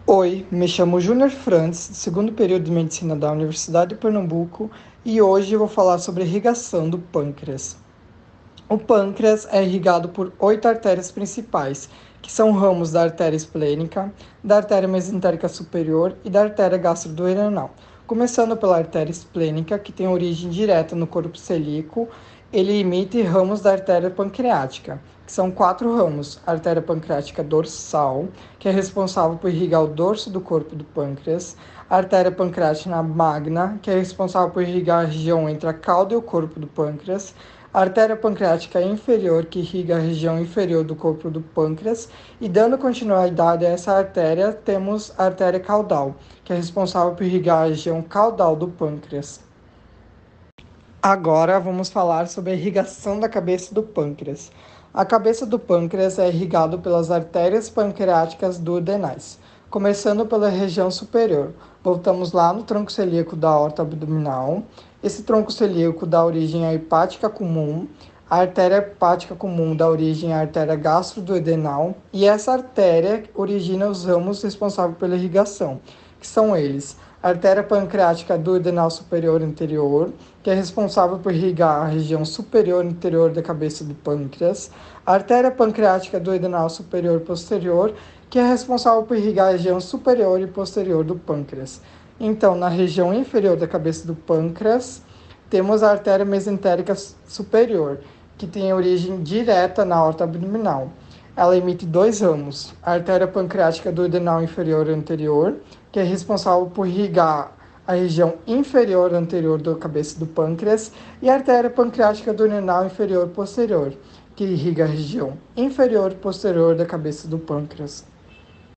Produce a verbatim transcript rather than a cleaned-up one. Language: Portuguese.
Oi, me chamo Júnior Frantz, segundo período de Medicina da Universidade de Pernambuco, e hoje eu vou falar sobre a irrigação do pâncreas. O pâncreas é irrigado por oito artérias principais, que são ramos da artéria esplênica, da artéria mesentérica superior e da artéria gastroduodenal. Começando pela artéria esplênica, que tem origem direta no corpo celíaco, ele emite ramos da artéria pancreática, que são quatro ramos: a artéria pancreática dorsal, que é responsável por irrigar o dorso do corpo do pâncreas; a artéria pancreática magna, que é responsável por irrigar a região entre a cauda e o corpo do pâncreas; a artéria pancreática inferior, que irriga a região inferior do corpo do pâncreas; e dando continuidade a essa artéria, temos a artéria caudal, que é responsável por irrigar a região caudal do pâncreas. Agora vamos falar sobre a irrigação da cabeça do pâncreas. A cabeça do pâncreas é irrigado pelas artérias pancreáticas duodenais, começando pela região superior. Voltamos lá no tronco celíaco da aorta abdominal. Esse tronco celíaco dá origem à hepática comum. A artéria hepática comum dá origem à artéria gastroduodenal, e essa artéria origina os ramos responsáveis pela irrigação, que são eles: a artéria pancreática duodenal superior anterior, que é responsável por irrigar a região superior interior da cabeça do pâncreas; a artéria pancreática duodenal superior posterior, que é responsável por irrigar a região superior e posterior do pâncreas. Então, na região inferior da cabeça do pâncreas, temos a artéria mesentérica superior, que tem origem direta na aorta abdominal. Ela emite dois ramos: a artéria pancreática duodenal inferior anterior, que é responsável por irrigar a região inferior anterior da cabeça do pâncreas, e a artéria pancreática duodenal inferior posterior, que irriga a região inferior e posterior da cabeça do pâncreas.